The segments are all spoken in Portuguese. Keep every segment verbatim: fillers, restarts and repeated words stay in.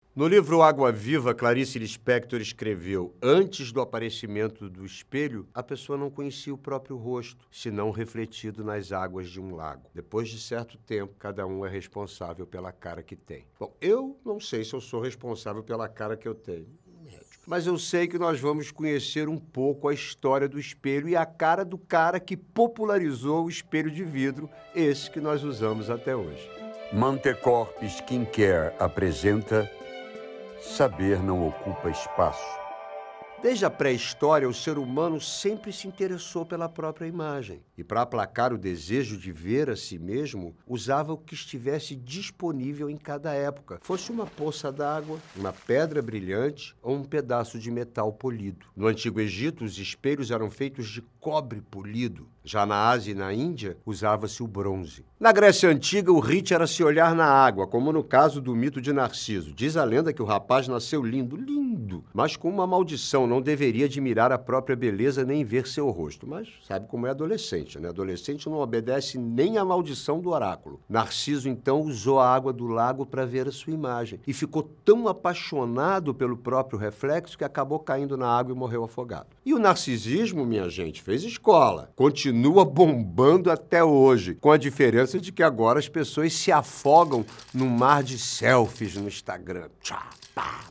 No livro Água Viva, Clarice Lispector escreveu: antes do aparecimento do espelho, a pessoa não conhecia o próprio rosto, senão refletido nas águas de um lago. Depois de certo tempo, cada um é responsável pela cara que tem. Bom, eu não sei se eu sou responsável pela cara que eu tenho, mas eu sei que nós vamos conhecer um pouco a história do espelho e a cara do cara que popularizou o espelho de vidro, esse que nós usamos até hoje. Mantecorp Skincare apresenta Saber Não Ocupa Espaço. Desde a pré-história, o ser humano sempre se interessou pela própria imagem. E para aplacar o desejo de ver a si mesmo, usava o que estivesse disponível em cada época. Fosse uma poça d'água, uma pedra brilhante ou um pedaço de metal polido. No Antigo Egito, os espelhos eram feitos de cobre polido. Já na Ásia e na Índia, usava-se o bronze. Na Grécia Antiga, o rito era se olhar na água, como no caso do mito de Narciso. Diz a lenda que o rapaz nasceu lindo, lindo, mas com uma maldição, não deveria admirar a própria beleza nem ver seu rosto. Mas sabe como é adolescente, né? Adolescente não obedece nem à maldição do oráculo. Narciso, então, usou a água do lago para ver a sua imagem e ficou tão apaixonado pelo próprio reflexo que acabou caindo na água e morreu afogado. E o narcisismo, minha gente, fez escola. Continua bombando até hoje, com a diferença de que agora as pessoas se afogam num mar de selfies no Instagram. Tchá, pá.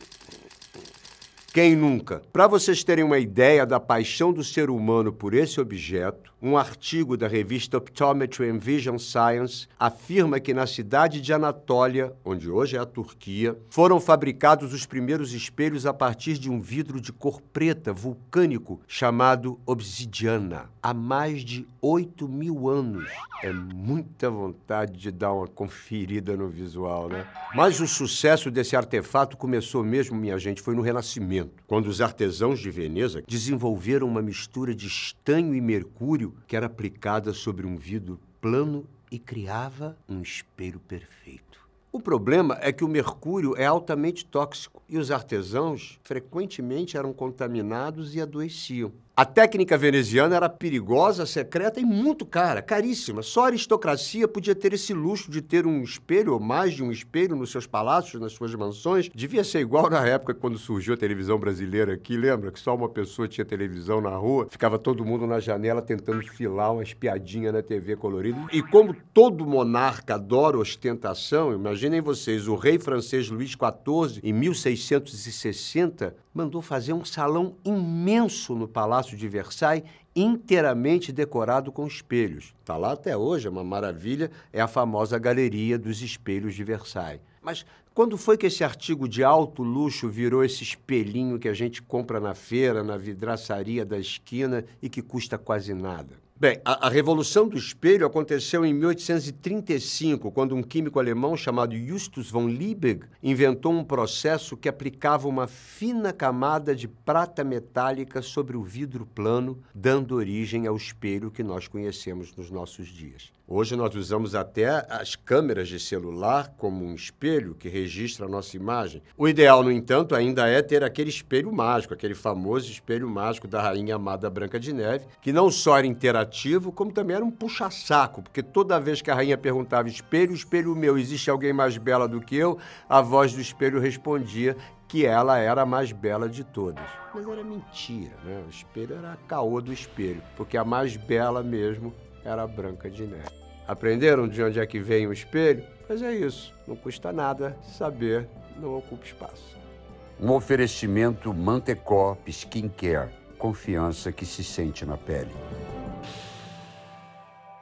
Quem nunca? Para vocês terem uma ideia da paixão do ser humano por esse objeto, um artigo da revista Optometry and Vision Science afirma que na cidade de Anatólia, onde hoje é a Turquia, foram fabricados os primeiros espelhos a partir de um vidro de cor preta, vulcânico, chamado obsidiana, há mais de oito mil anos. É muita vontade de dar uma conferida no visual, né? Mas o sucesso desse artefato começou mesmo, minha gente, foi no Renascimento, quando os artesãos de Veneza desenvolveram uma mistura de estanho e mercúrio que era aplicada sobre um vidro plano e criava um espelho perfeito. O problema é que o mercúrio é altamente tóxico e os artesãos frequentemente eram contaminados e adoeciam. A técnica veneziana era perigosa, secreta e muito cara, caríssima. Só a aristocracia podia ter esse luxo de ter um espelho ou mais de um espelho nos seus palácios, nas suas mansões. Devia ser igual na época quando surgiu a televisão brasileira aqui, lembra? Que só uma pessoa tinha televisão na rua, ficava todo mundo na janela tentando filar uma espiadinha na T V colorida. E como todo monarca adora ostentação, imaginem vocês, o rei francês Luís quatorze, em mil seiscentos e sessenta, mandou fazer um salão imenso no Palácio de Versailles, inteiramente decorado com espelhos. Está lá até hoje, é uma maravilha, é a famosa Galeria dos Espelhos de Versailles. Mas quando foi que esse artigo de alto luxo virou esse espelhinho que a gente compra na feira, na vidraçaria da esquina e que custa quase nada? Bem, a, a revolução do espelho aconteceu em mil oitocentos e trinta e cinco, quando um químico alemão chamado Justus von Liebig inventou um processo que aplicava uma fina camada de prata metálica sobre o vidro plano, dando origem ao espelho que nós conhecemos nos nossos dias. Hoje nós usamos até as câmeras de celular como um espelho que registra a nossa imagem. O ideal, no entanto, ainda é ter aquele espelho mágico, aquele famoso espelho mágico da rainha amada Branca de Neve, que não só era interativo, como também era um puxa-saco, porque toda vez que a rainha perguntava espelho, espelho meu, existe alguém mais bela do que eu? A voz do espelho respondia que ela era a mais bela de todas. Mas era mentira, né? O espelho era a caô do espelho, porque a mais bela mesmo era a Branca de Neve. Aprenderam de onde é que vem o espelho? Mas é isso, não custa nada saber, não ocupa espaço. Um oferecimento Mantecorp Skincare, confiança que se sente na pele.